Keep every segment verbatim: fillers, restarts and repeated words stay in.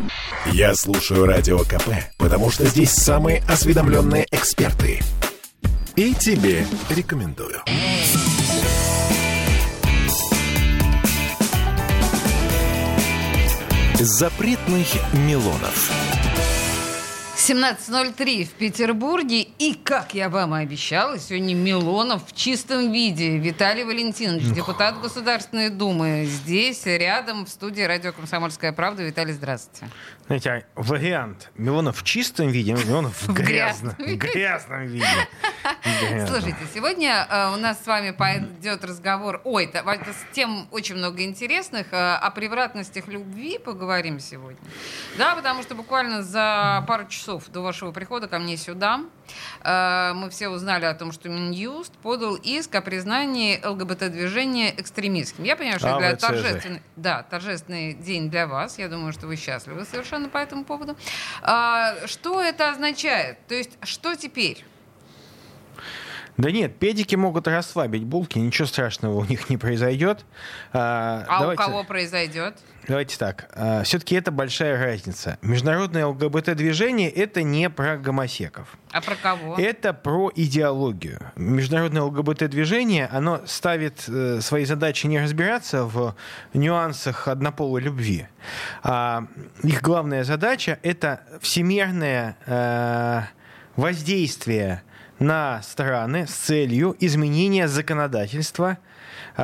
Я слушаю Радио КП, потому что здесь самые осведомленные эксперты. И тебе рекомендую. Запретных Милонов. семнадцать ноль три в Петербурге. И, как я вам и обещала, сегодня Милонов в чистом виде. Виталий Валентинович, депутат Государственной Думы. Здесь, рядом, в студии радио «Комсомольская правда». Виталий, здравствуйте. Знаете, вариант Милонов в чистом виде, Милонов в грязном, в грязном виде. Слушайте, сегодня э, у нас с вами пойдет разговор... Ой, это, это с тем очень много интересных. Э, о превратностях любви поговорим сегодня. Да, потому что буквально за пару часов до вашего прихода ко мне сюда э, мы все узнали о том, что Минюст подал иск о признании ЛГБТ-движения экстремистским. Я понимаю, что это торжественный, да, торжественный день для вас. Я думаю, что вы счастливы совершенно по этому поводу. А, что это означает? То есть, что теперь? Да нет, педики могут расслабить булки, ничего страшного у них не произойдет. А, а давайте, у кого произойдет? Давайте так. А, все-таки это большая разница. Международное ЛГБТ-движение — это не про гомосеков. А про кого? Это про идеологию. Международное ЛГБТ-движение, оно ставит э, свои задачи не разбираться в нюансах однополой любви. А их главная задача — это всемирное э, воздействие на страны с целью изменения законодательства э,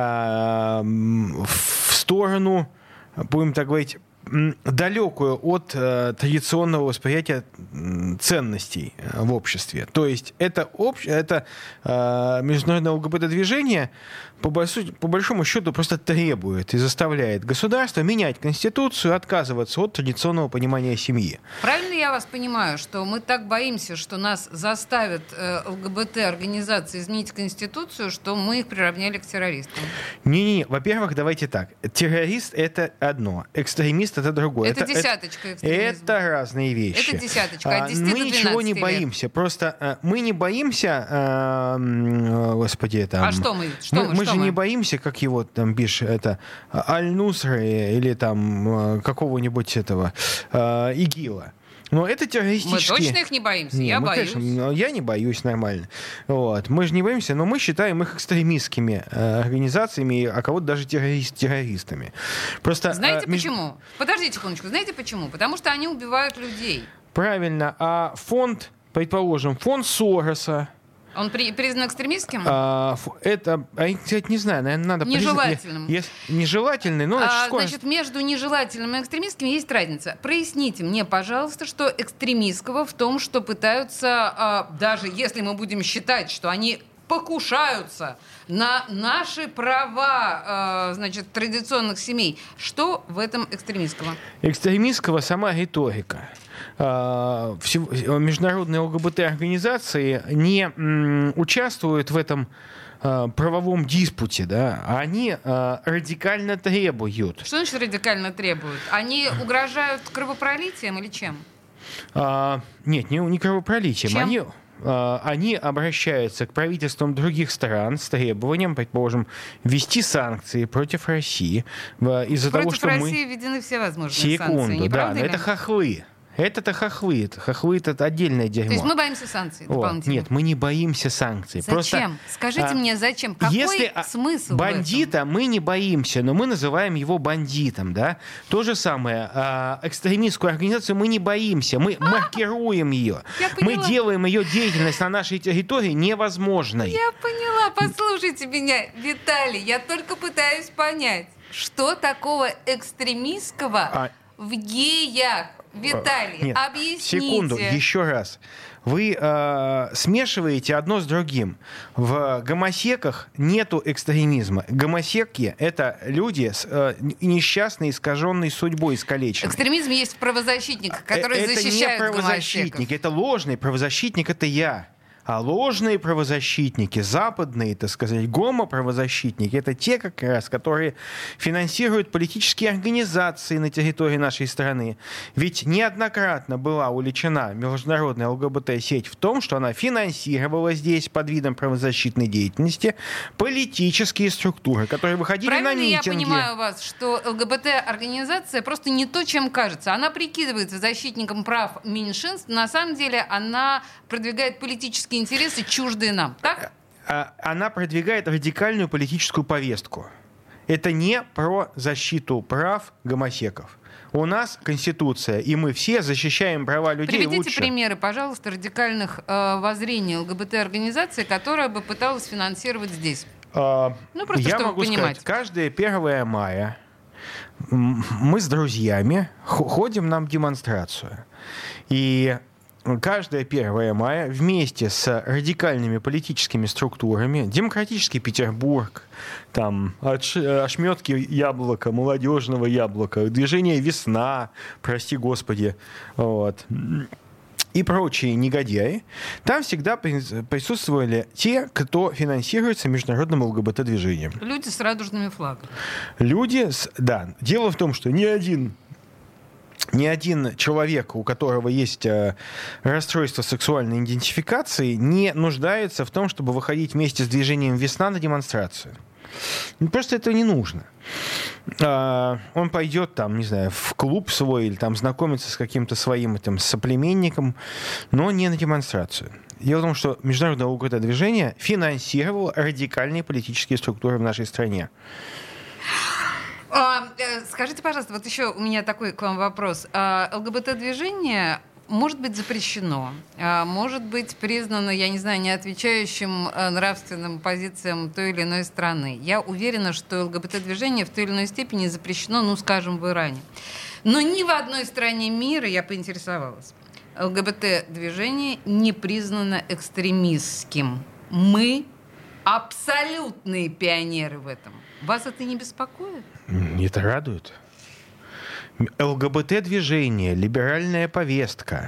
в сторону, будем так говорить, далекую от э, традиционного восприятия ценностей в обществе. То есть это, общ... это э, международное ЛГБТ-движение по, большому, по большому счету просто требует и заставляет государство менять Конституцию, отказываться от традиционного понимания семьи. Правильно я вас понимаю, что мы так боимся, что нас заставят э, ЛГБТ-организации изменить Конституцию, что мы их приравняли к террористам? Не-не-не. Во-первых, давайте так. Террорист — это одно. Экстремист — это другое. Это, это десяточка экстремизма. Это разные вещи. Это десяточка. От десяти мы до двенадцати ничего не лет. боимся. Просто э, мы не боимся... Э, господи, там... А что мы? Что мы, мы, мы что же мы? не боимся, как его там пишет, это Аль-Нусра или там какого-нибудь этого э, ИГИЛа. Но это террористические... Мы точно их не боимся? Не, я мы, боюсь. Конечно, я не боюсь, нормально. Вот. Мы же не боимся, но мы считаем их экстремистскими э, организациями, а кого-то даже террорист, террористами. Просто, знаете э, меж... почему? Подождите секундочку. Знаете почему? Потому что они убивают людей. Правильно. А фонд, предположим, фонд Сороса... Он при, признан экстремистским? А, это, я, кстати, не знаю, наверное, надо... Нежелательным. Признать, нежелательный, но... Значит, а, скоро... значит, между нежелательным и экстремистским есть разница. Проясните мне, пожалуйста, что экстремистского в том, что пытаются, а, даже если мы будем считать, что они покушаются на наши права, э, значит, традиционных семей. Что в этом экстремистского? Экстремистского сама риторика. Э, все, международные ЛГБТ-организации не м, участвуют в этом э, правовом диспуте, да, они э, радикально требуют. Что значит радикально требуют? Они угрожают кровопролитием или чем? А, нет, не, не кровопролитием. Чем? Они... Они обращаются к правительствам других стран с требованием, предположим, ввести санкции против России из-за того, что мы... Против России введены все возможные Секунду, санкции, не да, правда ли? Это хохлы. Это-то хохлы. Это хохлы — это отдельное дерьмо. То есть мы боимся санкций Вот. дополнительно? Нет, мы не боимся санкций. Зачем? Просто, Скажите а, мне, зачем? Какой если смысл бандита в этом? мы не боимся, но мы называем его бандитом, да? То же самое. А, экстремистскую организацию мы не боимся. Мы маркируем ее. Мы делаем ее деятельность на нашей территории невозможной. Я поняла. Послушайте меня, Виталий. Я только пытаюсь понять, что такого экстремистского А... в геях. Виталий, Нет, объясните. Секунду, еще раз. Вы э, смешиваете одно с другим. В гомосеках нету экстремизма. Гомосеки — это люди с э, несчастной, искаженной судьбой, искалеченной. Экстремизм есть в правозащитниках, которые это защищают не правозащитник, гомосеков. это ложный правозащитник, это я. А ложные правозащитники, западные, так сказать, гомоправозащитники, это те как раз, которые финансируют политические организации на территории нашей страны. Ведь неоднократно была уличена международная ЛГБТ-сеть в том, что она финансировала здесь под видом правозащитной деятельности политические структуры, которые выходили Правильно на митинги. Я понимаю вас, что ЛГБТ-организация просто не то, чем кажется. Она прикидывается защитником прав меньшинств. На самом деле она продвигает политические интересы, чуждые нам. Так? Она продвигает радикальную политическую повестку. Это не про защиту прав гомосеков. У нас Конституция, и мы все защищаем права людей Приведите лучше. примеры, пожалуйста, радикальных э, воззрений ЛГБТ-организации, которая бы пыталась финансировать здесь. А, ну, просто я чтобы могу понимать. сказать, каждое первое мая мы с друзьями ходим на демонстрацию. И каждое первое мая вместе с радикальными политическими структурами, Демократический Петербург, там, ошметки яблока, молодежного яблока, движение «Весна», прости господи, вот, и прочие негодяи, там всегда присутствовали те, кто финансируется международным ЛГБТ-движением. Люди с радужными флагами. Люди с... Да. Дело в том, что ни один... Ни один человек, у которого есть э, расстройство сексуальной идентификации, не нуждается в том, чтобы выходить вместе с движением «Весна» на демонстрацию. Просто это не нужно. А, он пойдет там, не знаю, в клуб свой или там знакомиться с каким-то своим этим соплеменником, но не на демонстрацию. Дело в том, что международное ЛГБТ-движение финансировало радикальные политические структуры в нашей стране. А, скажите, пожалуйста, вот еще у меня такой к вам вопрос. А, ЛГБТ-движение может быть запрещено, а, может быть признано, я не знаю, не отвечающим нравственным позициям той или иной страны. Я уверена, что ЛГБТ-движение в той или иной степени запрещено, ну, скажем, в Иране. Но ни в одной стране мира, я поинтересовалась, ЛГБТ-движение не признано экстремистским. Мы абсолютные пионеры в этом. Вас это не беспокоит? Это радует. ЛГБТ-движение, либеральная повестка.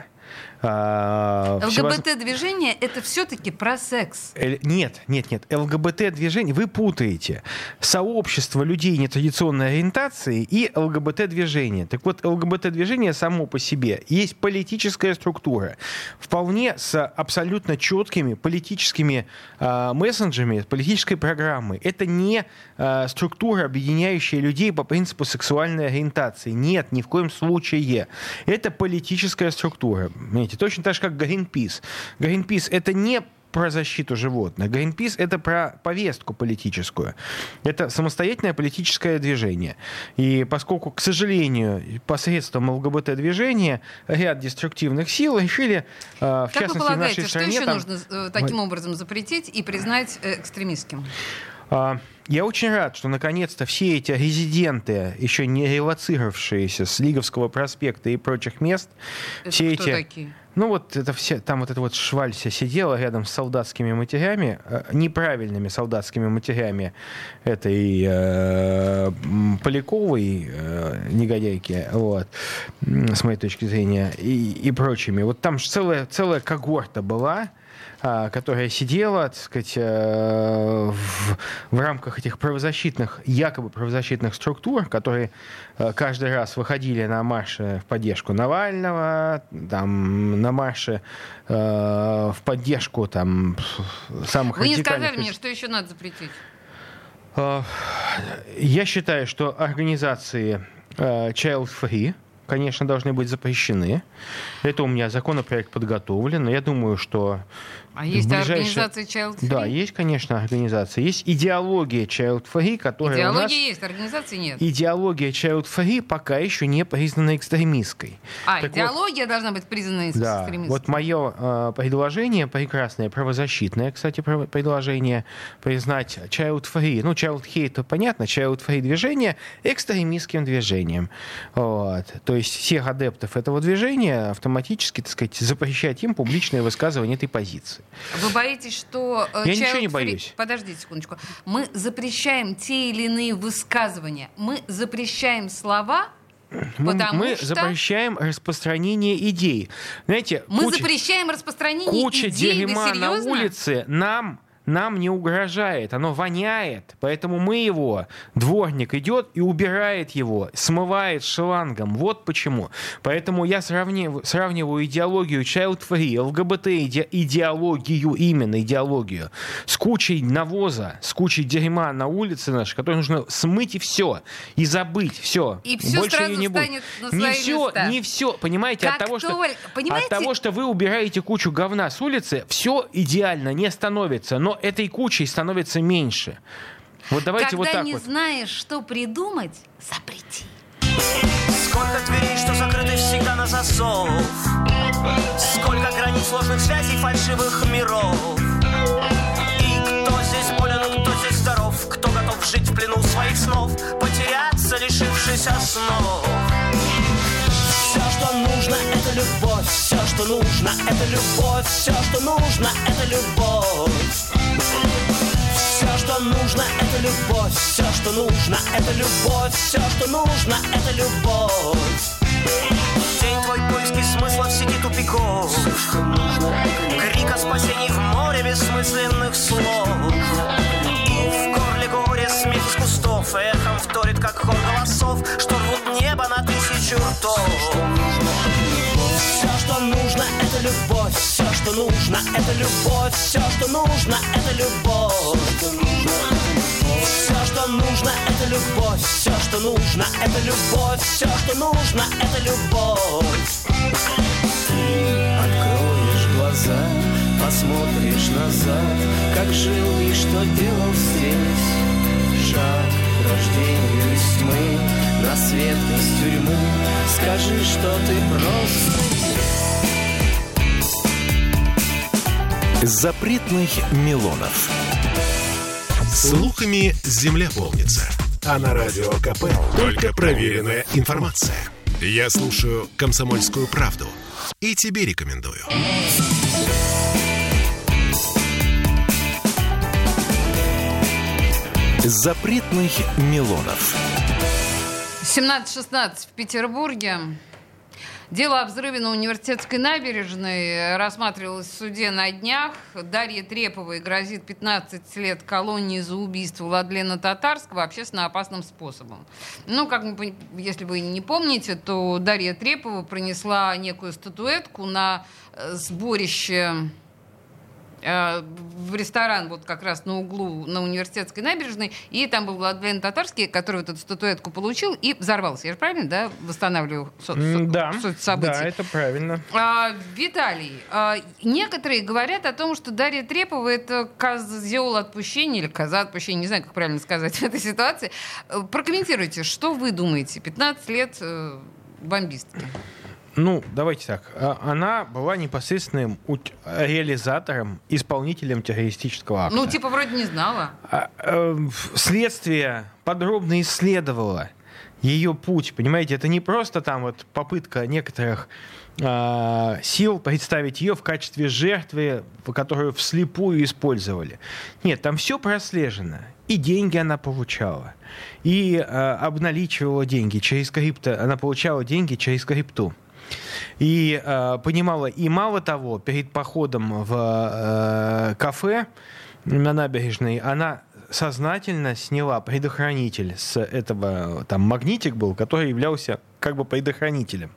ЛГБТ-движение — это все-таки про секс. Нет, нет, нет. ЛГБТ-движение, вы путаете сообщество людей нетрадиционной ориентации и ЛГБТ-движение. Так вот, ЛГБТ-движение само по себе есть политическая структура, вполне с абсолютно четкими политическими э, месседжами, политической программой. Это не э, структура, объединяющая людей по принципу сексуальной ориентации. Нет, ни в коем случае. Это политическая структура. Понимаете, точно так же, как Greenpeace. Greenpeace — это не про защиту животных. Greenpeace — это про повестку политическую. Это самостоятельное политическое движение. И поскольку, к сожалению, посредством ЛГБТ-движения ряд деструктивных сил решили, э, в как частности, в нашей стране... Что еще там... нужно э, таким образом запретить и признать э, экстремистским? Я очень рад, что наконец-то все эти резиденты, еще не релоцировавшиеся с Лиговского проспекта и прочих мест, это все кто эти, такие? ну вот это все, там вот эта вот шваль вся сидела рядом с солдатскими матерями, неправильными солдатскими матерями этой э, Поляковой э, негодяйки, вот, с моей точки зрения, и, и прочими. Вот там же целая, целая когорта была, которая сидела, так сказать, в, в рамках этих правозащитных, якобы правозащитных структур, которые каждый раз выходили на марши в поддержку Навального, там, на марши э, в поддержку там, самых Вы не радикальных... сказали мне, что еще надо запретить? Я считаю, что организации Child Free, конечно, должны быть запрещены. Это у меня законопроект подготовлен, но я думаю, что... А есть ближайшее... организации Child Free? Да, есть, конечно, организации. Есть идеология Child Free, которая Идеология у нас... есть, организации нет. Идеология Child Free пока еще не признана экстремистской. А, так идеология вот... должна быть признана да, экстремистской. Вот мое э, предложение, прекрасное, правозащитное, кстати, предложение, признать Child Free, ну, Child Hate, понятно, Child Free движение экстремистским движением. Вот. То есть всех адептов этого движения автоматически, так сказать, запрещать им публичное высказывание этой позиции. Вы боитесь, что... Я ничего не боюсь. Подождите секундочку. Мы запрещаем те или иные высказывания. Мы запрещаем слова Мы, Потому мы что запрещаем распространение идей. Знаете, мы куча, запрещаем распространение куча идей. Вы дерьма на серьезно? улице нам, нам не угрожает. Оно воняет. Поэтому мы его, дворник идет и убирает его, смывает шлангом. Вот почему. Поэтому я сравниваю, сравниваю идеологию child-free, ЛГБТ иде, идеологию, именно идеологию, с кучей навоза, с кучей дерьма на улице нашей, которое нужно смыть и все, и забыть все. И все Больше сразу ее не будет. станет на Не свои все, места. не все. Понимаете, от Как того, что, только- понимаете? от того, что вы убираете кучу говна с улицы, все идеально не становится, но этой кучей становится меньше. Вот давайте Когда вот так не вот. знаешь, что придумать, запрети. Сколько дверей, что закрыты всегда на засов. Сколько границ сложных связей, фальшивых миров. И кто здесь болен, кто здесь здоров, кто готов жить в плену своих снов, потеряться, лишившись основ. Все, что нужно, это любовь. Все, что нужно, это любовь. Все, что нужно, это любовь. Все, что нужно, это любовь. Все, что нужно, это любовь. Все, что нужно, это любовь. День твой поиски смысла в сети тупиков. Крик о спасении в море бессмысленных слов. И в горле горе смех из кустов эхом вторит, как хор голосов, что рвут небо на тысячу ртов. Все, что нужно, это любовь. Все, что нужно, это любовь. Все, что нужно, это любовь. Все, что нужно, это любовь. Все, что нужно, это любовь. Все, что нужно, это любовь. Ты откроешь глаза, посмотришь назад, как жил и что делал здесь. Шаг к рождению из тьмы, на свет из тюрьмы. Скажи, что ты просто... Запретных Милонов. Слухами земля полнится. А на радио КП только проверенная информация. Я слушаю «Комсомольскую правду» и тебе рекомендую. Запретных Милонов. семнадцать шестнадцать в Петербурге. Дело о взрыве на Университетской набережной рассматривалось в суде на днях. Дарье Треповой грозит пятнадцать лет колонии за убийство Владлена Татарского общественно опасным способом. Ну, как мы, если вы не помните, то Дарья Трепова принесла некую статуэтку на сборище в ресторан вот как раз на углу на Университетской набережной, и там был Владлен Татарский, который вот эту статуэтку получил и взорвался. Я же правильно, да, восстанавливаю со- со- Да, суть событий? да, это правильно. А, Виталий, а, некоторые говорят о том, что Дарья Трепова — это козел отпущения или коза отпущения, не знаю, как правильно сказать в этой ситуации. Прокомментируйте, что вы думаете? пятнадцать лет э, бомбистки. Ну, давайте так. А- Она была непосредственным ут- реализатором, исполнителем террористического акта. Ну, типа, вроде не знала. А, э, Следствие подробно исследовало ее путь. Понимаете, это не просто там вот попытка некоторых э, сил представить ее в качестве жертвы, которую вслепую использовали. Нет, там все прослежено. И деньги она получала, и э, обналичивала деньги через крипто. Она получала деньги через крипту. И э, понимала, и мало того, перед походом в э, кафе на набережной она сознательно сняла предохранитель с этого, там магнитик был, который являлся как бы предохранителем.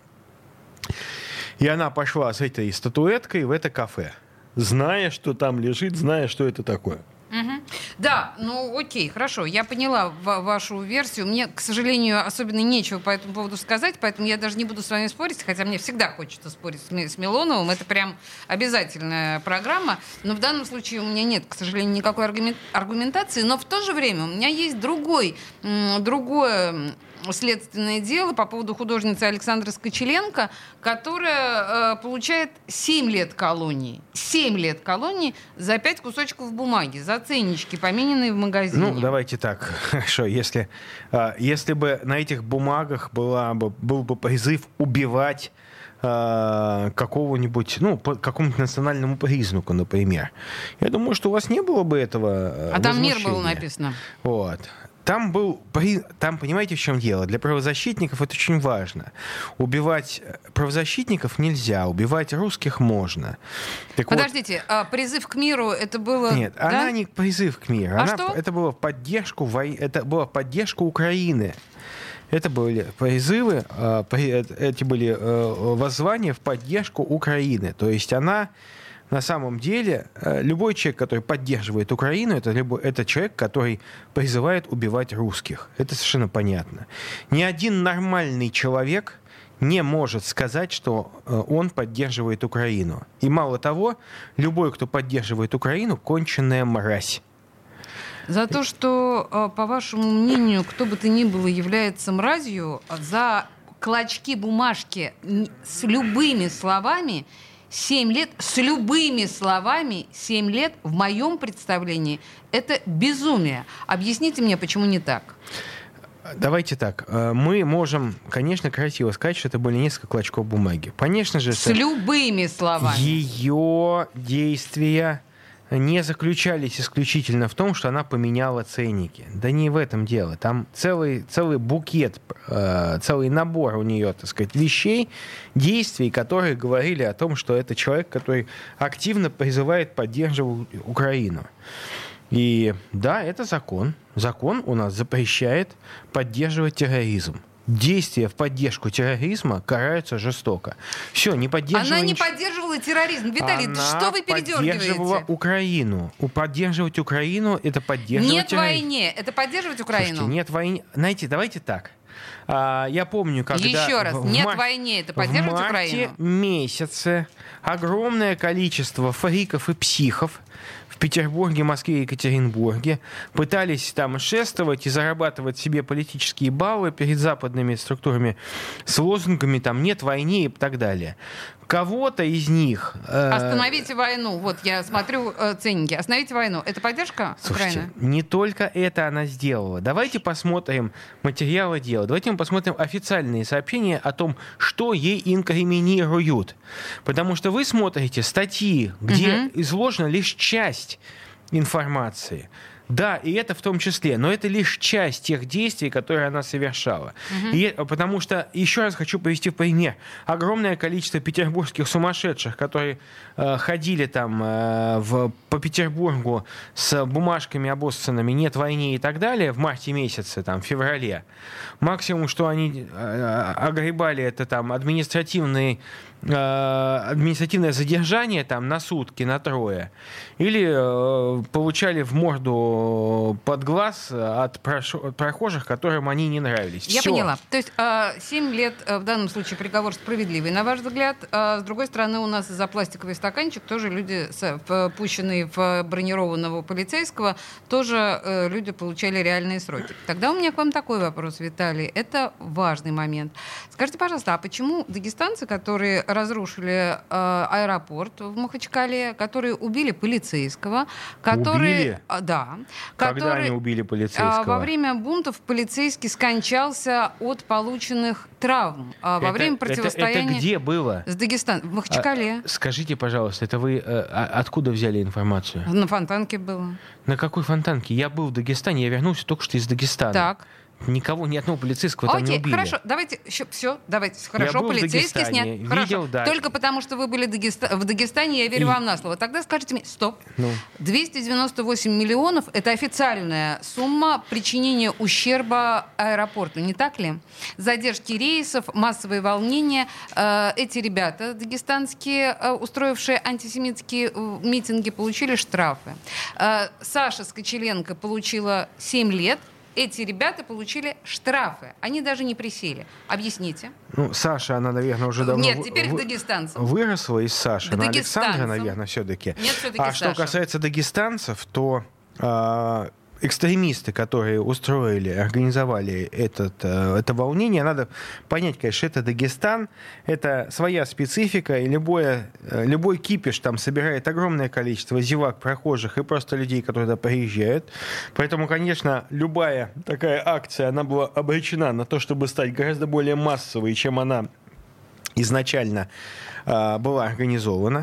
И она пошла с этой статуэткой в это кафе, зная, что там лежит, зная, что это такое. Мгм. Да, ну окей, хорошо, я поняла ва- вашу версию. Мне, к сожалению, особенно нечего по этому поводу сказать, поэтому я даже не буду с вами спорить, хотя мне всегда хочется спорить с, Ми- с Милоновым, это прям обязательная программа, но в данном случае у меня нет, к сожалению, никакой аргумен- аргументации, но в то же время у меня есть другой, м, другое м, следственное дело по поводу художницы Александры Скочеленко, которая э, получает семь лет колонии. семь лет колонии за пять кусочков бумаги, за ценнички, помененные в магазине. Ну, давайте так. Хорошо, если, а, если бы на этих бумагах была бы, был бы призыв убивать а, какого-нибудь, ну, по какому-нибудь национальному признаку, например, я думаю, что у вас не было бы этого А там мир был возмущения. написано. Вот. там был, там, понимаете, в чем дело? Для правозащитников это очень важно. Убивать правозащитников нельзя, убивать русских можно. Так Подождите, вот, а призыв к миру это было... Нет, да? Она не призыв к миру. А она, что? Это было в поддержку, это было в поддержку Украины. Это были призывы, эти были воззвания в поддержку Украины. То есть она, на самом деле, любой человек, который поддерживает Украину, это, любой, это человек, который призывает убивать русских. Это совершенно понятно. Ни один нормальный человек не может сказать, что он поддерживает Украину. И мало того, любой, кто поддерживает Украину, конченная мразь. За то, что, по вашему мнению, кто бы то ни было является мразью, за клочки бумажки с любыми словами семь лет, с любыми словами семь лет, в моем представлении, это безумие. Объясните мне, почему не так? Давайте так. Мы можем, конечно, красиво сказать, что это были несколько клочков бумаги. Конечно же, с любыми словами. Ее действия не заключались исключительно в том, что она поменяла ценники. Да не в этом дело. Там целый, целый букет, э, целый набор у нее, так сказать, вещей, действий, которые говорили о том, что это человек, который активно призывает поддерживать Украину. И да, это закон. Закон у нас запрещает поддерживать терроризм. Действия в поддержку терроризма караются жестоко. Все, не поддерживала... Она не поддерживала терроризм. Виталий, Она что вы передергиваете? поддерживала Украину. Поддерживать Украину — это поддерживать Нет терроризм. войне. Это поддерживать Украину? Слушайте, нет войны. Знаете, давайте так. А, я помню, когда... Еще раз, в нет мар... войне. Это поддерживать в марте Украину? месяце огромное количество фриков и психов в Петербурге, Москве и Екатеринбурге пытались там шествовать и зарабатывать себе политические баллы перед западными структурами с лозунгами там «нет войны» и так далее. Кого-то из них... Э... Остановите войну. Вот я смотрю э, ценники. Остановите войну. Это поддержка Слушайте, Украины? не только это она сделала. Давайте посмотрим материалы дела. Давайте мы посмотрим официальные сообщения о том, что ей инкриминируют. Потому что вы смотрите статьи, где угу. изложена лишь часть информации. Да, и это в том числе, но это лишь часть тех действий, которые она совершала. Угу. И, потому что, еще раз хочу привести в пример, огромное количество петербургских сумасшедших, которые э, ходили там э, в, по Петербургу с бумажками обоссанными «нет войны» и так далее в марте месяце, там, в феврале. Максимум, что они э, огребали, это там административные административное задержание там на сутки, на трое, или э, получали в морду под глаз от прохожих, которым они не нравились. Я Всё. поняла. То есть семь лет в данном случае приговор справедливый, на ваш взгляд. С другой стороны, у нас за пластиковый стаканчик тоже люди, пущенные в бронированного полицейского, тоже э, люди получали реальные сроки. Тогда у меня к вам такой вопрос, Виталий. Это важный момент. Скажите, пожалуйста, а почему дагестанцы, которые разрушили э, аэропорт в Махачкале, которые убили полицейского, которые... Убили? Э, да. Когда которые, они убили полицейского? Э, во время бунтов полицейский скончался от полученных травм. Э, во это, время противостояния... Это, это где было? С Дагестаном. В Махачкале. А, скажите, пожалуйста, это вы э, откуда взяли информацию? На Фонтанке было. На какой Фонтанке? Я был в Дагестане, я вернулся только что из Дагестана. Так. Никого, ни одного полицейского Окей, там не убили. Хорошо, давайте еще все, давайте, хорошо, я был полицейский снят. Видел, хорошо. да. Только потому, что вы были Дагеста... в Дагестане, я верю И... вам на слово. Тогда скажите мне, стоп. Ну. двести девяносто восемь миллионов — это официальная сумма причинения ущерба аэропорту, не так ли? Задержки рейсов, массовые волнения. Э, эти ребята дагестанские, э, устроившие антисемитские э, митинги, получили штрафы. Э, Саша Скочеленко получила семь лет. Эти ребята получили штрафы. Они даже не присели. Объясните. Ну, Саша, она, наверное, уже давно... Нет, теперь к дагестанцам. Выросла из Саши. К на Александра, дагестанцам. наверное, все-таки. Нет, все-таки А Саша. что касается дагестанцев, то э, экстремисты, которые устроили, организовали этот, э, это волнение, надо понять, конечно, это Дагестан, это своя специфика, и любое, э, любой кипиш там собирает огромное количество зевак, прохожих и просто людей, которые туда приезжают. Поэтому, конечно, любая такая акция, она была обречена на то, чтобы стать гораздо более массовой, чем она изначально э, была организована.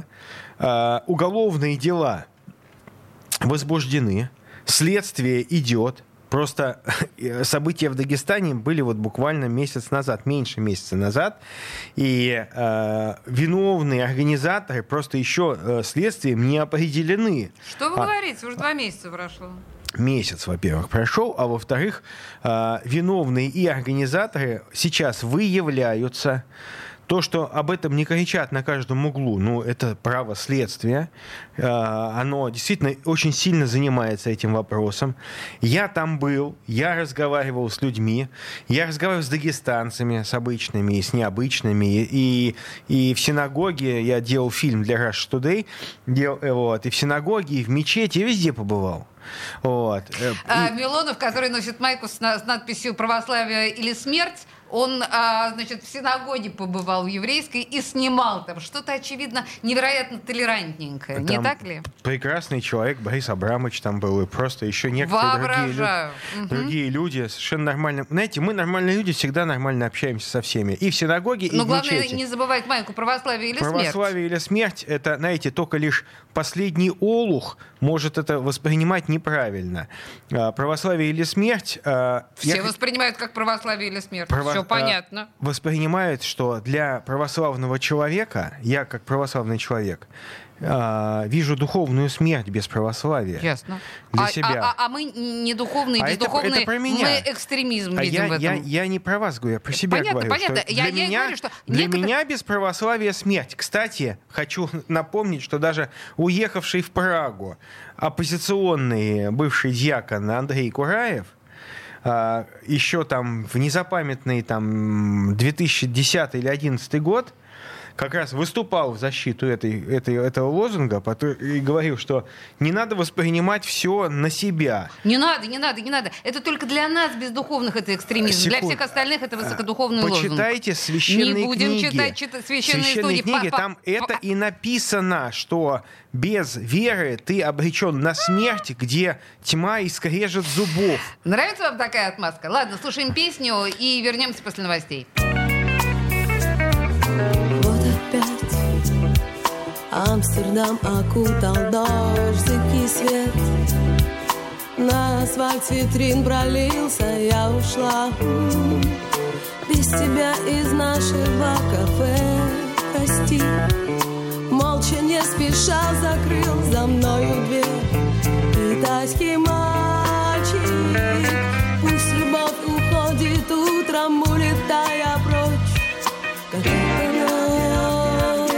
Э, уголовные дела возбуждены. Следствие идет. Просто события в Дагестане были вот буквально месяц назад, меньше месяца назад, и э, виновные организаторы просто еще э, следствием не определены. Что вы а, говорите? Уже два месяца прошло. Месяц, во-первых, прошел, а во-вторых, э, виновные и организаторы сейчас выявляются. То, что об этом не кричат на каждом углу, ну, это право следствия. Оно действительно очень сильно занимается этим вопросом. Я там был, я разговаривал с людьми, я разговаривал с дагестанцами, с обычными и с необычными. И, и в синагоге я делал фильм для Russia Today, делал, вот, и в синагоге, и в мечети, я везде побывал. Вот. А, и... Милонов, который носит майку с, с надписью «Православие или смерть», он, а, значит, в синагоге побывал, в еврейской, и снимал там что-то, очевидно, невероятно толерантненькое. Там не так ли? Прекрасный человек, Борис Абрамович там был, и просто еще некоторые другие люди, угу. другие люди совершенно нормально. Знаете, мы, нормальные люди, всегда нормально общаемся со всеми. И в синагоге, и Но в главное, мечети. Не забывать майку «Православие или Православие смерть». Православие или смерть, это, знаете, только лишь последний олух может это воспринимать неправильно. Православие или смерть... Все я... воспринимают как православие или смерть. Право... Все понятно. Воспринимают, что для православного человека, я как православный человек, вижу духовную смерть без православия. Ясно. Для а, себя. А, а, а мы не духовные, а бездуховные, это, это про меня. Мы экстремизм а видим я, в этом. Я, я не про вас говорю, я про себя понятно, говорю. Понятно, что я, для я меня, говорю, что для некотор... меня без православия смерть. Кстати, хочу напомнить, что даже уехавший в Прагу оппозиционный бывший диакон Андрей Кураев, еще там в незапамятный там, две тысячи десятый или две тысячи одиннадцатый год как раз выступал в защиту этой, этой, этого лозунга и говорил, что не надо воспринимать все на себя. Не надо, не надо, не надо. Это только для нас, бездуховных, это экстремизм. Секунд. Для всех остальных это высокодуховный Почитайте лозунг. Почитайте священные книги. Не будем книги. читать читать священные, священные студии. книги. Там это и написано, что без веры ты обречен на смерть, где тьма и скрежет зубов. Нравится вам такая отмазка? Ладно, слушаем песню и вернемся после новостей. Амстердам окутал дождик и свет. На асфальт витрин пролился, я ушла. Без тебя из нашего кафе, прости. Молча не спеша закрыл за мною дверь. Китайский мальчик, пусть любовь уходит утром, улетая прочь, как это ночь.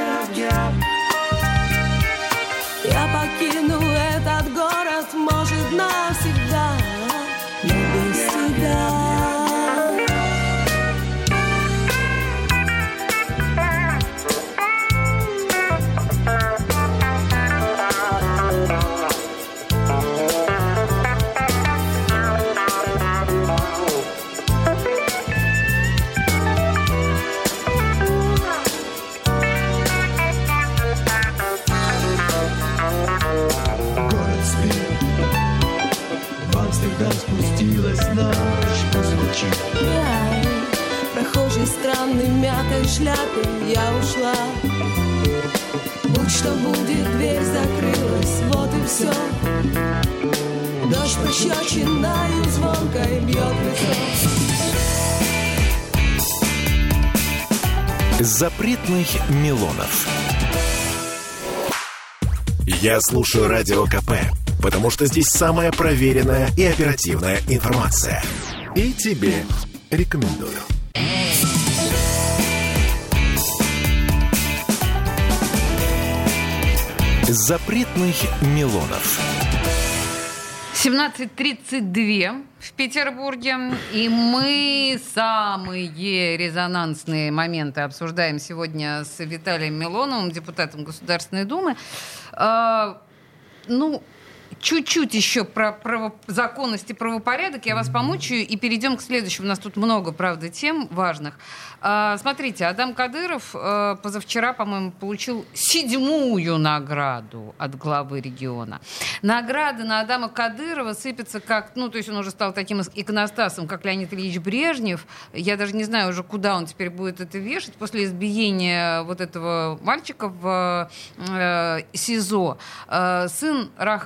Я покину этот город, может, навсегда, но без тебя. Прохожий странной мятой шляпе, я ушла. Будь что будет, дверь закрылась, вот и все. Дождь пощечиною звонкой бьет в лицо. Запретных Милонов. Я слушаю Радио КП, потому что здесь самая проверенная и оперативная информация. И тебе рекомендую. Запретных Милонов. семнадцать тридцать два в Петербурге, и мы самые резонансные моменты обсуждаем сегодня с Виталием Милоновым, депутатом Государственной Думы. А, ну, чуть-чуть еще про право... законность и правопорядок я вас помучаю, и перейдем к следующему. У нас тут много, правда, тем важных. А, смотрите, Адам Кадыров а, позавчера, по-моему, получил седьмую награду от главы региона. Награды на Адама Кадырова сыпятся как... Ну, то есть он уже стал таким иконостасом, как Леонид Ильич Брежнев. Я даже не знаю уже, куда он теперь будет это вешать. После избиения вот этого мальчика в э, СИЗО. Э, сын Рах... Э,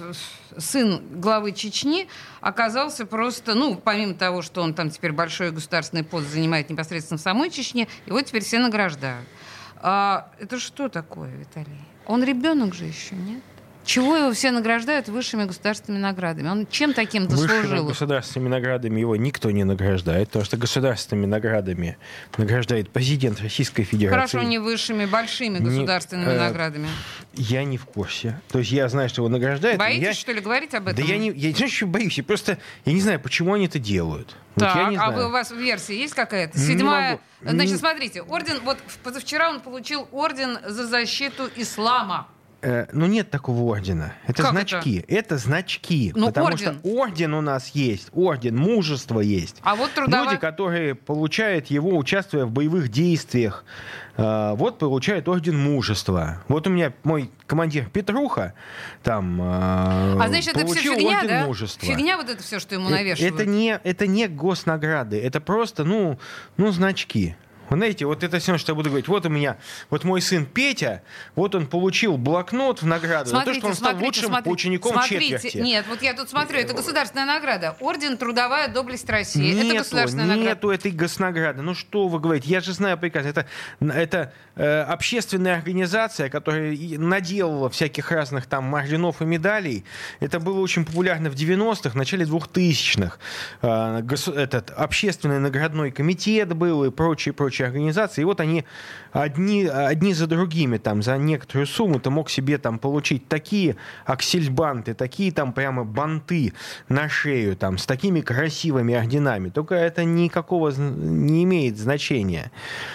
сын главы Чечни оказался просто, ну, помимо того, что он там теперь большой государственный пост занимает непосредственно в самой Чечне, его теперь все награждают. А, это что такое, Виталий? Он ребенок же еще, нет? Чего его все награждают высшими государственными наградами? Он чем таким дослужил? Высшими государственными наградами его никто не награждает, потому что государственными наградами награждает президент Российской Федерации. Хорошо, не высшими, большими государственными не, э, наградами. Я не в курсе. То есть я знаю, что его награждают. Боитесь, я... что ли, говорить об этом? Да я не, я не еще боюсь. Я просто я не знаю, почему они это делают. Так, вот я не а знаю. вы, у вас версия есть какая-то? Седьмая. Не могу. Значит, смотрите, орден. Вот позавчера он получил орден за защиту ислама. Э, ну, нет такого ордена. Это как значки. Это, это значки. Ну, потому орден. что орден у нас есть. Орден мужества есть. А вот трудовая... Люди, которые получают его, участвуя в боевых действиях, э, вот получают орден мужества. Вот у меня мой командир Петруха там э, А значит, это все фигня, орден да? мужества. Фигня вот это все, что ему Э, навешивают. Это не, это не госнаграды. Это просто, ну, ну значки. Вы знаете, вот это все, что я буду говорить. Вот у меня, вот мой сын Петя, вот он получил блокнот в награду Смотрите, за то, что он стал смотрите, лучшим смотрите, учеником смотрите. четверти. Нет, вот я тут смотрю, это государственная награда. Орден «Трудовая доблесть России». Нету, это государственная награда. нету этой госнаграды. Ну что вы говорите? Я же знаю приказ. Это, это э, общественная организация, которая наделала всяких разных там орденов и медалей. Это было очень популярно в девяностых, в начале двухтысячных. Э, гос, этот общественный наградной комитет был и прочие-прочие организации. И вот они одни, одни за другими там за некоторую сумму ты мог себе там получить такие аксельбанты, такие там прямо банты на шею там с такими красивыми орденами. Только это никакого не имеет значения.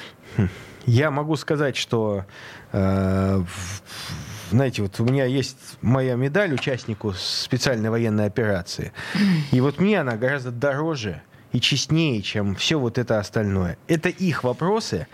Я могу сказать, что э, знаете, вот у меня есть моя медаль участнику специальной военной операции. И вот мне она гораздо дороже и честнее, чем все вот это остальное. Это их вопросы.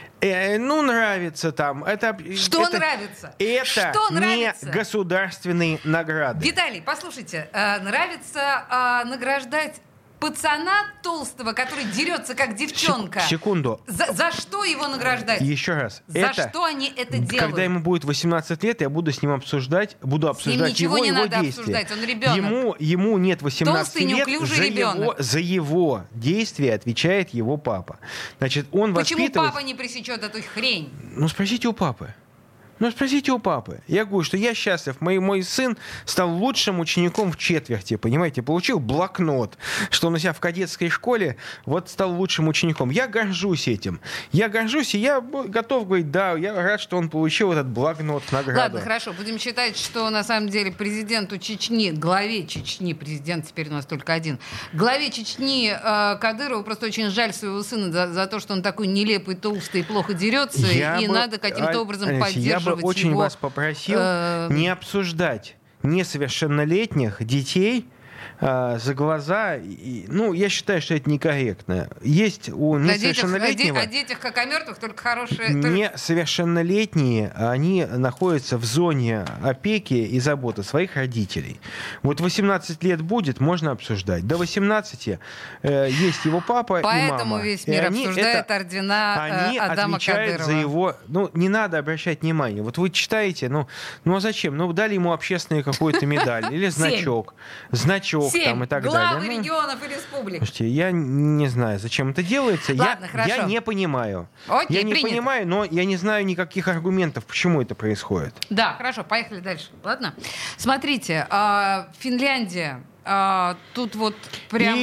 Э, ну, нравится там. Это, Что это, нравится? Это Что не нравится? государственные награды. Виталий, послушайте, э, нравится э, награждать пацана толстого, который дерется как девчонка. Сек- секунду. За, за что его награждать? Еще раз. За это, что они это делают? Когда ему будет восемнадцать лет, я буду с ним обсуждать, буду обсуждать ничего его, не его надо действия. обсуждать, он ребенок. Ему, ему нет восемнадцати Толстый, лет, неуклюжий за ребенок. его, за его действия отвечает его папа. Значит, он Почему воспитывает... папа не пресечет эту хрень? Ну, спросите у папы. Ну, спросите у папы. Я говорю, что я счастлив. Мой, мой сын стал лучшим учеником в четверти, понимаете? Получил блокнот, что он у себя в кадетской школе вот стал лучшим учеником. Я горжусь этим. Я горжусь, и я готов говорить, да, я рад, что он получил этот блокнот в награду. Ладно, хорошо. Будем считать, что на самом деле президенту Чечни, главе Чечни, президент теперь у нас только один, главе Чечни э, Кадырову просто очень жаль своего сына за, за то, что он такой нелепый, толстый и плохо дерется, Я и бы, надо каким-то образом Алексей, поддерживать я бы очень его, вас попросил э... не обсуждать несовершеннолетних детей э, за глаза. И, ну, я считаю, что это некорректно. Есть у несовершеннолетнего... О детях, как о мертвых, только хорошие... Несовершеннолетние, они находятся в зоне опеки и заботы своих родителей. Вот восемнадцать лет будет, можно обсуждать. До восемнадцати э, есть его папа Поэтому и мама. Поэтому весь И мир они обсуждает это, ордена они э, Адама отвечают Кадырова. за его... Ну, не надо обращать внимание. Вот вы читаете, ну, ну а зачем? Ну, дали ему общественную какую-то медаль или значок. Значок там и так далее. Главы Ну, регионов и республик. слушайте, я не знаю, зачем это делается. Ладно, я, хорошо. я не понимаю. Окей, я не принято. понимаю, но я не знаю никаких аргументов, почему это происходит. Да, хорошо, поехали дальше. Ладно? Смотрите, а, Финляндия. А, тут вот прям...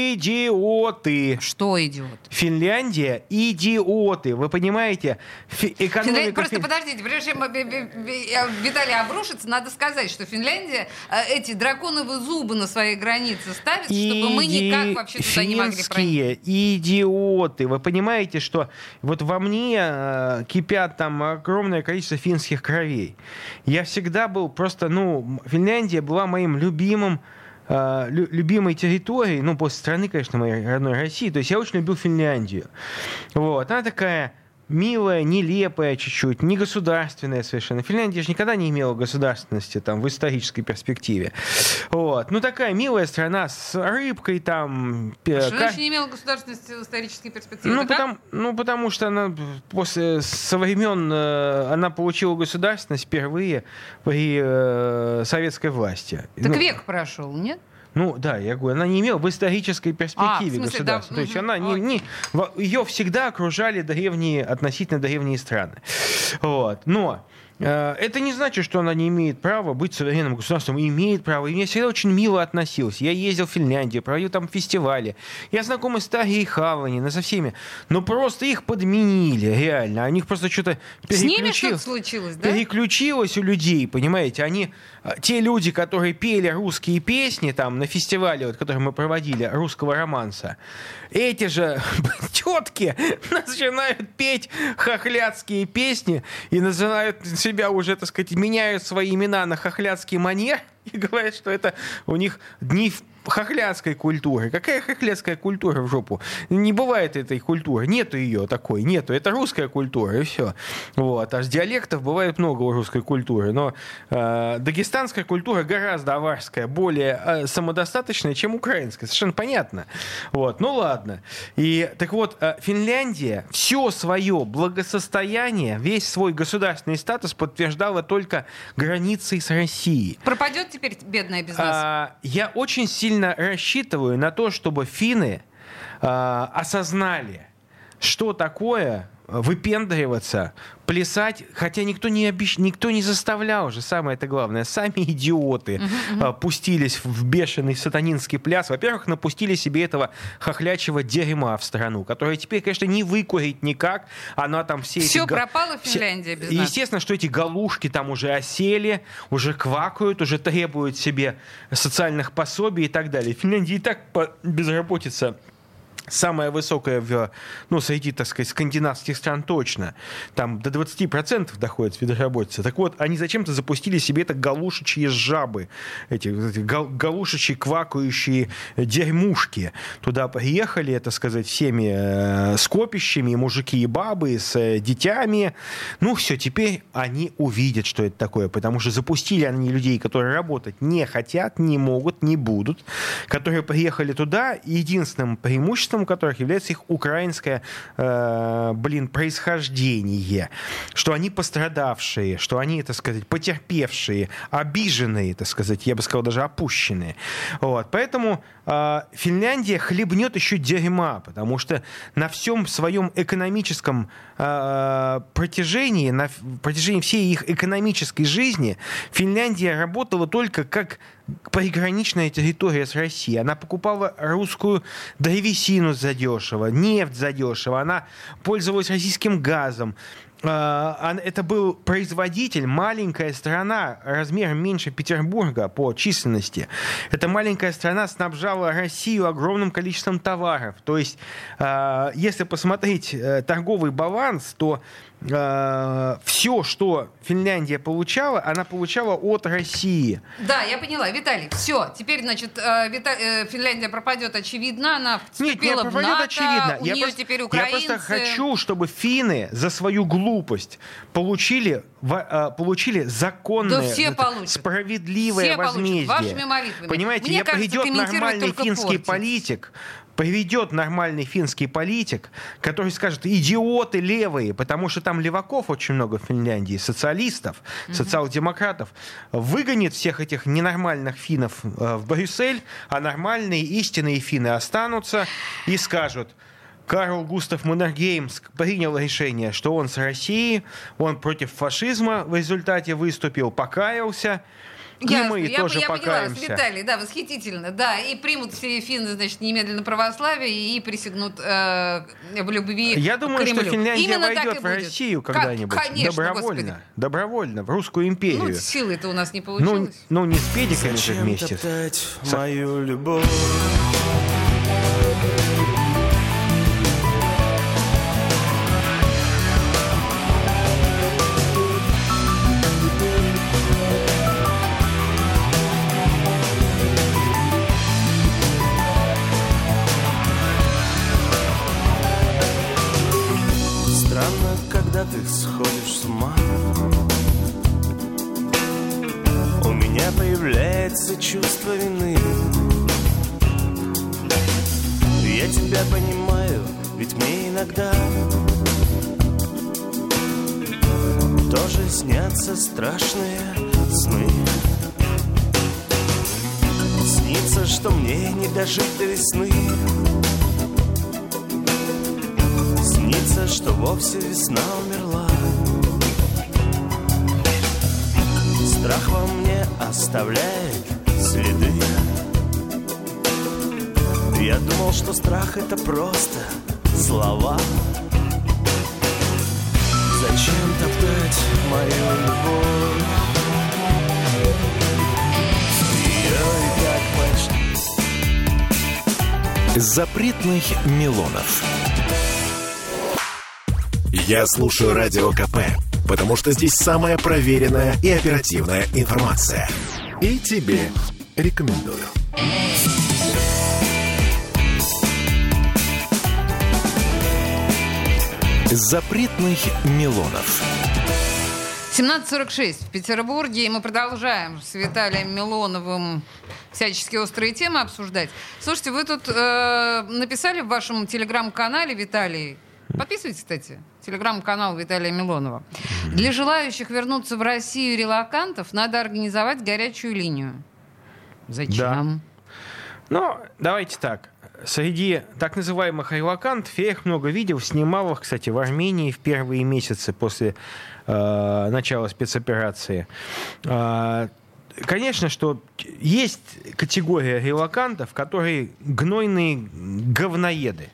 Идиоты. Что идиот? Финляндия идиоты. Вы понимаете? Фи- экономика Финляндия... Просто Фин- подождите, прежде чем Виталий обрушится, надо сказать, что Финляндия а, эти драконовые зубы на своей границе ставит, чтобы мы Иди- никак вообще туда не могли проникнуть. Финские идиоты. Вы понимаете, что вот во мне э, кипят там огромное количество финских кровей. Я всегда был просто, ну, Финляндия была моим любимым лю- любимой территорией, ну, после страны, конечно, моей родной России. То есть я очень любил Финляндию. Вот. Она такая милая, нелепая чуть-чуть, не государственная совершенно. Финляндия же никогда не имела государственности там, в исторической перспективе. Вот. Ну, такая милая страна с рыбкой там. А что значит не имела государственности в исторической перспективе? Ну, потому, ну, потому что она после со времен э, она получила государственность впервые при э, советской власти. Так ну, век прошел, нет? Ну, да, я говорю, она не имела в исторической перспективе а, в смысле, государства. Да, То есть угу, она не, не, ее всегда окружали древние, относительно древние страны. Вот. Но э, это не значит, что она не имеет права быть суверенным государством. Имеет право. И мне всегда очень мило относился. Я ездил в Финляндию, проводил там фестивали. Я знаком с Тарьей Хавани, со всеми. Но просто их подменили, реально. У них просто что-то переключилось. С ними что-то случилось, да? Переключилось у людей, понимаете. Они, те люди, которые пели русские песни там на фестивале, вот, который мы проводили, русского романса, эти же тетки начинают петь хохлядские песни и называют себя уже, так сказать, меняют свои имена на хохлядский манер и говорят, что это у них дни хохлядской культуры. Какая хохлядская культура в жопу? Не бывает этой культуры. Нету ее такой. Нету. Это русская культура, и все. Вот. А с диалектов бывает много у русской культуры. Но э, дагестанская культура гораздо аварская, более э, самодостаточная, чем украинская. Совершенно понятно. Вот. Ну ладно. И, так вот, э, Финляндия все свое благосостояние, весь свой государственный статус подтверждала только границей с Россией. Пропадет теперь бедная без нас? А, я очень сильно рассчитываю на то, чтобы финны а, осознали, что такое выпендриваться, плясать, хотя никто не, обещ... никто не заставлял же, самое это главное. Сами идиоты uh-huh, uh-huh. пустились в бешеный сатанинский пляс. Во-первых, напустили себе этого хохлячего дерьма в страну, которое теперь, конечно, не выкурить никак. Она там все... Все эти... пропало в Финляндии без нас. Естественно, что эти галушки там уже осели, уже квакают, уже требуют себе социальных пособий и так далее. В Финляндии и так безработица самая высокая в, ну, среди, так сказать, скандинавских стран точно. Там до двадцати процентов доходит безработица. Так вот, они зачем-то запустили себе это галушечьи жабы, эти, эти галушечьи квакающие дерьмушки. Туда приехали, так сказать, всеми э, скопищами, мужики и бабы с э, детьми. Ну, все, теперь они увидят, что это такое, потому что запустили они людей, которые работать не хотят, не могут, не будут, которые приехали туда, и единственным преимуществом у которых является их украинское, э, блин, происхождение, что они пострадавшие, что они, так сказать, потерпевшие, обиженные, так сказать, я бы сказал, даже опущенные. Вот. Поэтому э, Финляндия хлебнет еще дерьма, потому что на всем своем экономическом э, протяжении, на протяжении всей их экономической жизни Финляндия работала только как приграничная территория с Россией. Она покупала русскую древесину задешево, нефть задешево, она пользовалась российским газом. Это был производитель, маленькая страна, размером меньше Петербурга по численности. Эта маленькая страна снабжала Россию огромным количеством товаров. То есть, если посмотреть торговый баланс, то все, что Финляндия получала, она получала от России. Да, я поняла. Виталий, все. Теперь, значит, Вита... Финляндия пропадет, очевидно. Она вступила Нет, не пропадет, в НАТО. очевидно. У я нее просто, теперь украинцы. Я просто хочу, чтобы финны за свою глупость получили, получили законное, да все справедливое все возмездие. Вашими молитвами. Понимаете, Мне я кажется, придет нормальный финский портить. политик, приведет нормальный финский политик, который скажет: идиоты левые, потому что там леваков очень много в Финляндии, социалистов, mm-hmm. социал-демократов, выгонит всех этих ненормальных финнов в Брюссель, а нормальные истинные финны останутся и скажут: Карл Густав Маннергеймс принял решение, что он с Россией, он против фашизма в результате выступил, покаялся. И я, мы я, тоже я покаемся. Поняла, Виталий, да, восхитительно, да, и примут все финны, значит, немедленно православие и присягнут э, в любви Я думаю, к Кремлю. что Финляндия Именно войдет в Россию когда-нибудь. Как, конечно, добровольно, Господи. добровольно, в русскую империю. Ну, силы-то у нас не получилось. Ну, ну не с педиками же вместе. Топтать мою любовь? сходишь с ума. У меня появляется чувство вины. Я тебя понимаю, ведь мне иногда тоже снятся страшные сны. Снится, что мне не дожить до весны. Снится, что вовсе весна умерла. Страх во мне оставляет следы. Я думал, что страх — это просто слова. Зачем топтать мою любовь? Ее и так почти. Запретных Милонов. Я слушаю Радио КП, потому что здесь самая проверенная и оперативная информация. И тебе рекомендую. Запретных Милонов. семнадцать сорок шесть в Петербурге, и мы продолжаем с Виталием Милоновым всяческие острые темы обсуждать. Слушайте, вы тут э, написали в вашем телеграм-канале, Виталий, подписывайтесь, кстати, телеграм-канал Виталия Милонова. Для желающих вернуться в Россию релокантов надо организовать горячую линию. Зачем? Да. Ну, давайте так. Среди так называемых релокантов я их много видел, снимал их, кстати, в Армении в первые месяцы после э, начала спецоперации. Э, конечно, что есть категория релокантов, которые гнойные говноеды.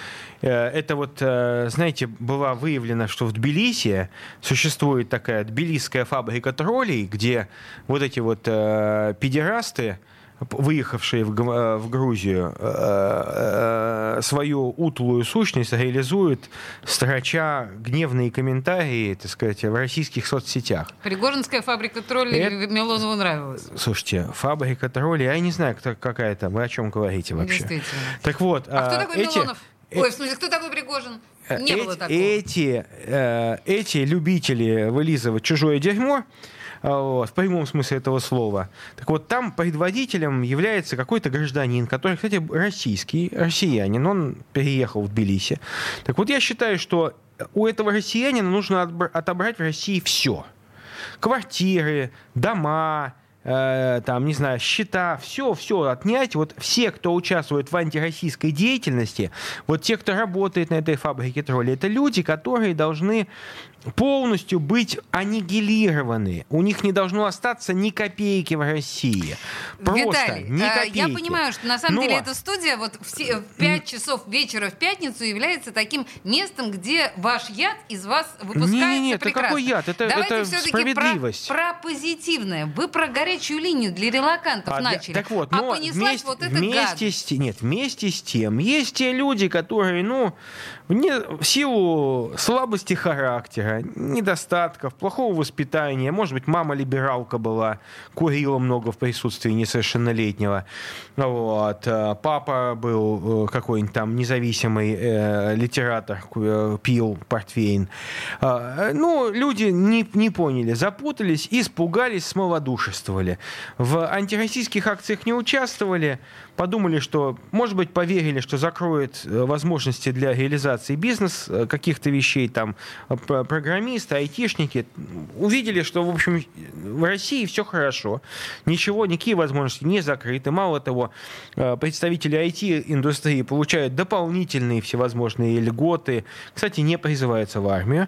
Это вот, знаете, было выявлено, что в Тбилиси существует такая тбилисская фабрика троллей, где вот эти вот э, педерасты, выехавшие в, в Грузию, э, э, свою утлую сущность реализуют, строча гневные комментарии, так сказать, в российских соцсетях. Пригожинская фабрика троллей Это... Милонову нравилась. Слушайте, фабрика троллей, я не знаю, кто, какая там, вы о чем говорите вообще. Действительно. Так вот, а кто такой эти... Милонов? Ой, в смысле, кто такой Пригожин? Не эти, было такого. Эти, э, эти любители вылизывать чужое дерьмо, вот, в прямом смысле этого слова. Так вот, там предводителем является какой-то гражданин, который, кстати, российский, россиянин, он переехал в Тбилиси. Так вот, я считаю, что у этого россиянина нужно отобрать в России все. Квартиры, дома, э, там, не знаю, счета, все, все отнять. Вот все, кто участвует в антироссийской деятельности, вот те, кто работает на этой фабрике троллей, это люди, которые должны полностью быть аннигилированы. У них не должно остаться ни копейки в России. Просто Виталий, ни копейки. Я понимаю, что на самом Но... деле эта студия вот в пять часов вечера в пятницу является таким местом, где ваш яд из вас выпускается не, не, не, прекрасно. Это какой яд? Это, Давайте это все-таки справедливость. Про, про позитивное. Вы про горячую линию для релокантов а, начали. Так вот, а но понеслась вместе, вот эта вместе гадость. с, нет, вместе с тем, есть те люди, которые, ну, не, в силу слабости характера, недостатков, плохого воспитания, может быть, мама либералка была, курила много в присутствии несовершеннолетнего, вот, папа был какой-нибудь там независимый э, литератор, пил портвейн. Ну, люди не, не поняли, запутались, испугались, смолодушествовали. В антироссийских акциях не участвовали, подумали, что, может быть, поверили, что закроет возможности для реализации бизнеса каких-то вещей, там, программисты, айтишники, увидели, что, в общем, в России все хорошо, ничего, никакие возможности не закрыты. Мало того, представители ай ти-индустрии получают дополнительные всевозможные льготы, кстати, не призываются в армию,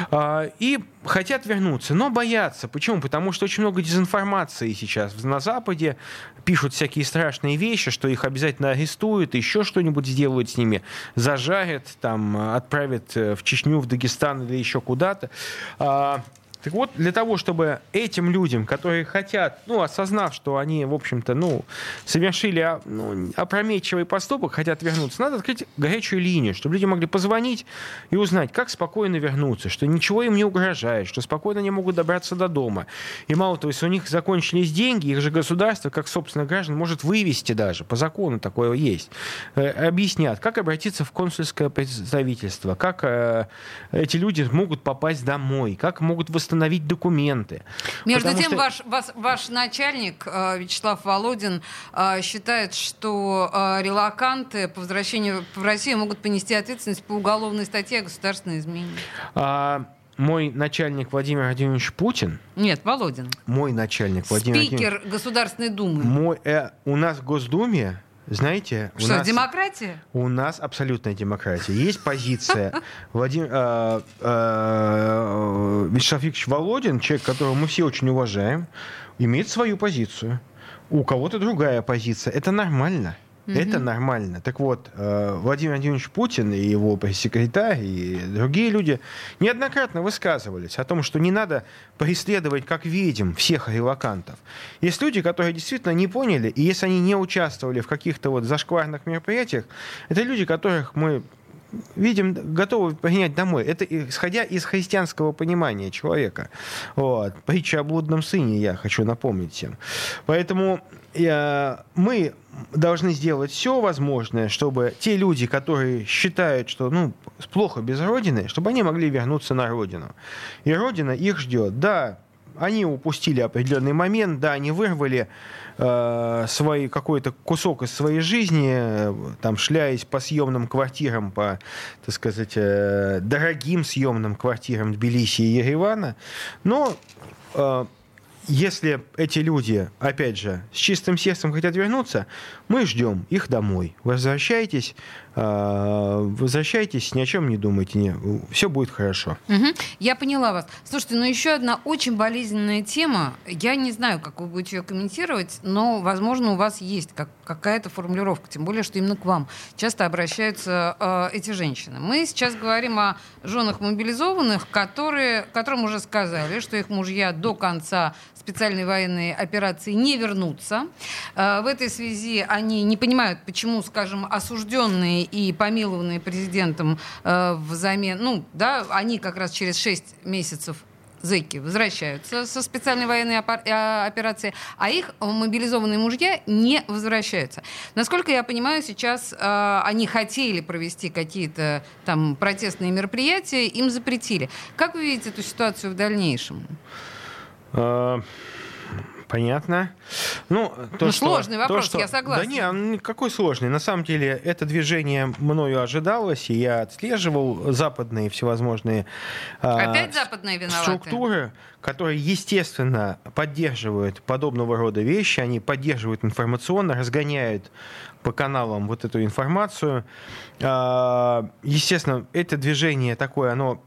и хотят вернуться, но боятся. Почему? Потому что очень много дезинформации сейчас на Западе, пишут всякие страшные вещи, что их обязательно арестуют, еще что-нибудь сделают с ними, зажарят, там, отправят в Чечню, в Дагестан или еще куда-то. Так вот, для того, чтобы этим людям, которые хотят, ну, осознав, что они, в общем-то, ну, совершили ну, опрометчивый поступок, хотят вернуться, надо открыть горячую линию, чтобы люди могли позвонить и узнать, как спокойно вернуться, что ничего им не угрожает, что спокойно они могут добраться до дома. И мало того, если у них закончились деньги, их же государство, как собственно граждан, может вывести даже, по закону такое есть. Объяснят, как обратиться в консульское представительство, как э, эти люди могут попасть домой, как могут восстановить документы. Между Потому тем, что... ваш, ваш, ваш начальник Вячеслав Володин считает, что релоканты по возвращению в Россию могут понести ответственность по уголовной статье о государственной измене. А, мой начальник Владимир Владимирович Путин... Нет, Володин. Мой начальник Владимир Спикер Владимирович... Государственной Думы. Мой, э, у нас в Госдуме, знаете... Что, у нас, демократия? У нас абсолютная демократия. Есть позиция. Владимир, э, э, Вячеслав Викторович Володин, человек, которого мы все очень уважаем, имеет свою позицию. У кого-то другая позиция. Это нормально. Mm-hmm. Это нормально. Так вот, Владимир Владимирович Путин и его пресс-секретарь и другие люди неоднократно высказывались о том, что не надо преследовать, как видим, всех релокантов. Есть люди, которые действительно не поняли, и если они не участвовали в каких-то вот зашкварных мероприятиях, это люди, которых мы видим, готовы принять домой. Это исходя из христианского понимания человека. Вот. Притча о блудном сыне, я хочу напомнить всем. Поэтому э, мы должны сделать все возможное, чтобы те люди, которые считают, что ну, плохо без Родины, чтобы они могли вернуться на Родину. И Родина их ждет. Да, они упустили определенный момент, да, они вырвали э, свой, какой-то кусок из своей жизни, э, там, шляясь по съемным квартирам, по, так сказать, э, дорогим съемным квартирам Тбилиси и Еревана. Но э, если эти люди, опять же, с чистым сердцем хотят вернуться, мы ждем их домой. Возвращайтесь, возвращайтесь, ни о чем не думайте, не, все будет хорошо. Угу. Я поняла вас. Слушайте, ну еще одна очень болезненная тема. Я не знаю, как вы будете ее комментировать, но, возможно, у вас есть как, какая-то формулировка, тем более, что именно к вам часто обращаются э, эти женщины. Мы сейчас говорим о женах мобилизованных, которые, которым уже сказали, что их мужья до конца специальной военной операции не вернутся. Э, в этой связи они не понимают, почему, скажем, осужденные и помилованные президентом э, взамен, ну, да, они как раз через шесть месяцев зэки возвращаются со специальной военной операции, а их мобилизованные мужья не возвращаются. Насколько я понимаю, сейчас э, они хотели провести какие-то там протестные мероприятия, им запретили. Как вы видите эту ситуацию в дальнейшем? Понятно. Ну, то, ну что, сложный вопрос, то, что, я согласна. Да нет, какой сложный. На самом деле, это движение мною ожидалось, и я отслеживал западные всевозможные Опять западные виноваты? структуры, которые, естественно, поддерживают подобного рода вещи, они поддерживают информационно, разгоняют по каналам вот эту информацию. Естественно, это движение такое, оно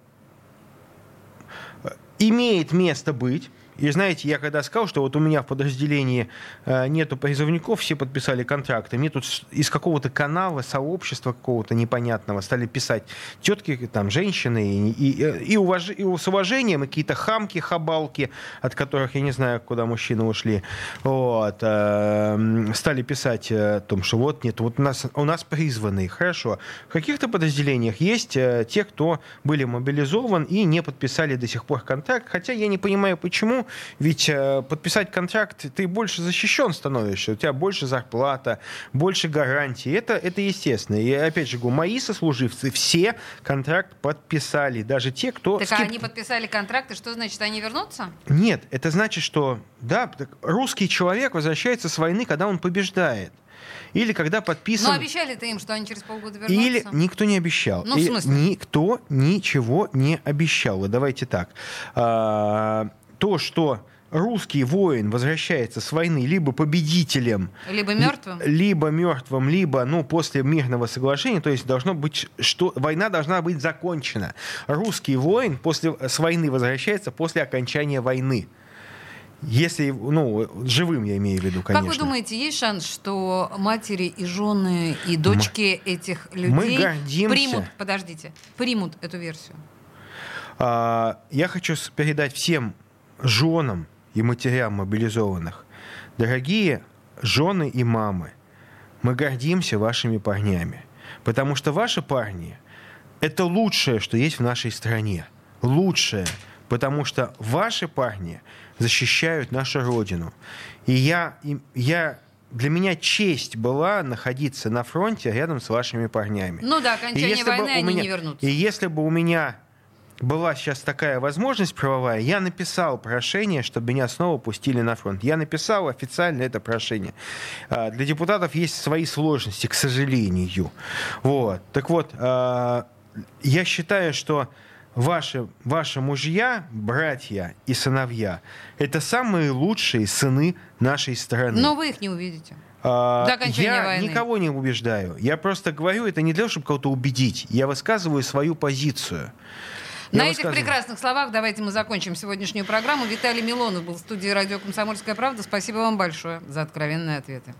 имеет место быть. И знаете, я когда сказал, что вот у меня в подразделении э, нету призывников, все подписали контракты, мне тут из какого-то канала, сообщества какого-то непонятного стали писать тетки, там, женщины, и, и, и, уваж... и с уважением, и какие-то хамки, хабалки, от которых я не знаю, куда мужчины ушли, вот, э, стали писать о том, что вот нет, вот у нас, у нас призванные, хорошо. В каких-то подразделениях есть э, те, кто были мобилизованы и не подписали до сих пор контракт, хотя я не понимаю, почему. Ведь э, подписать контракт, ты больше защищен становишься, у тебя больше зарплата, больше гарантий. Это, это естественно. И опять же, говорю, мои сослуживцы все контракт подписали. Даже те, кто... Так скип... а они подписали контракт, и что значит, они вернутся? Нет, это значит, что да, русский человек возвращается с войны, когда он побеждает. Или когда подписан... Но обещали-то им, что они через полгода вернутся? Или никто не обещал. Ну, в смысле? Никто ничего не обещал. Вот давайте так. А, то, что русский воин возвращается с войны либо победителем, либо мертвым, либо мертвым, либо ну, после мирного соглашения, то есть должно быть, что война должна быть закончена. Русский воин после, с войны возвращается после окончания войны. Если, ну, живым я имею в виду, конечно. Как вы думаете, есть шанс, что матери и жены, и дочки мы, этих людей мы гордимся. примут, подождите, примут эту версию? Я хочу передать всем женам и матерям мобилизованных. Дорогие жены и мамы, мы гордимся вашими парнями, потому что ваши парни – это лучшее, что есть в нашей стране. Лучшее, потому что ваши парни защищают нашу Родину. И я, и я, для меня честь была находиться на фронте рядом с вашими парнями. Ну да, окончание войны они меня, не вернутся. И если бы у меня была сейчас такая возможность правовая, я написал прошение, чтобы меня снова пустили на фронт. Я написал официально это прошение. Для депутатов есть свои сложности, к сожалению. Вот. Так вот, я считаю, что ваши, ваши мужья, братья и сыновья — это самые лучшие сыны нашей страны. Но вы их не увидите. А, До окончания я войны. никого не убеждаю. Я просто говорю это не для того, чтобы кого-то убедить. Я высказываю свою позицию. На Я этих высказываю. прекрасных словах давайте мы закончим сегодняшнюю программу. Виталий Милонов был в студии радио «Комсомольская правда». Спасибо вам большое за откровенные ответы.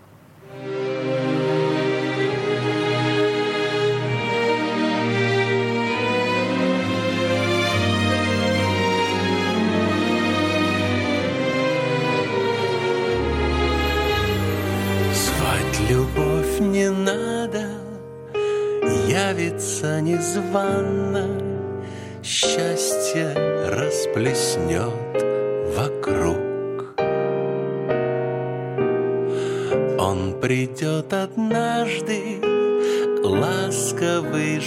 Звать любовь не надо, явится незванно, счастье расплеснет вокруг. Он придет однажды, ласковый,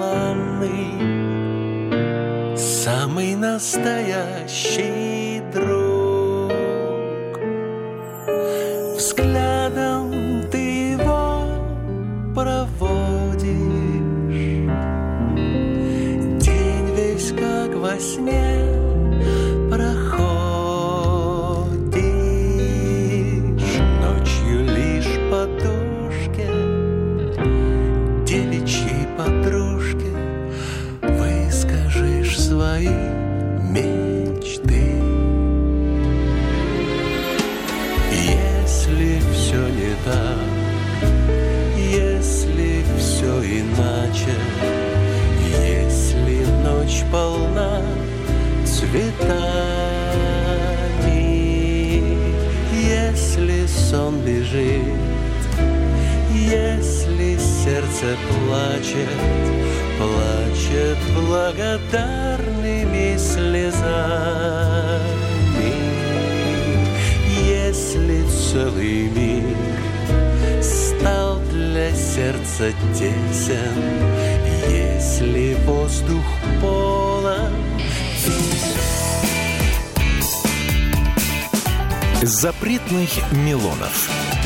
желанный, самый настоящий друг. Взглядом ты его проводишь, как во сне проходишь, ночью лишь подушке, девичьей подружке выскажешь свои мечты. Если все не так, если все иначе, ночь полна цветами, если сон бежит, если сердце плачет, плачет благодарными слезами, если целый мир стал для сердца тесен, если воздух полон. Запретных Милонов.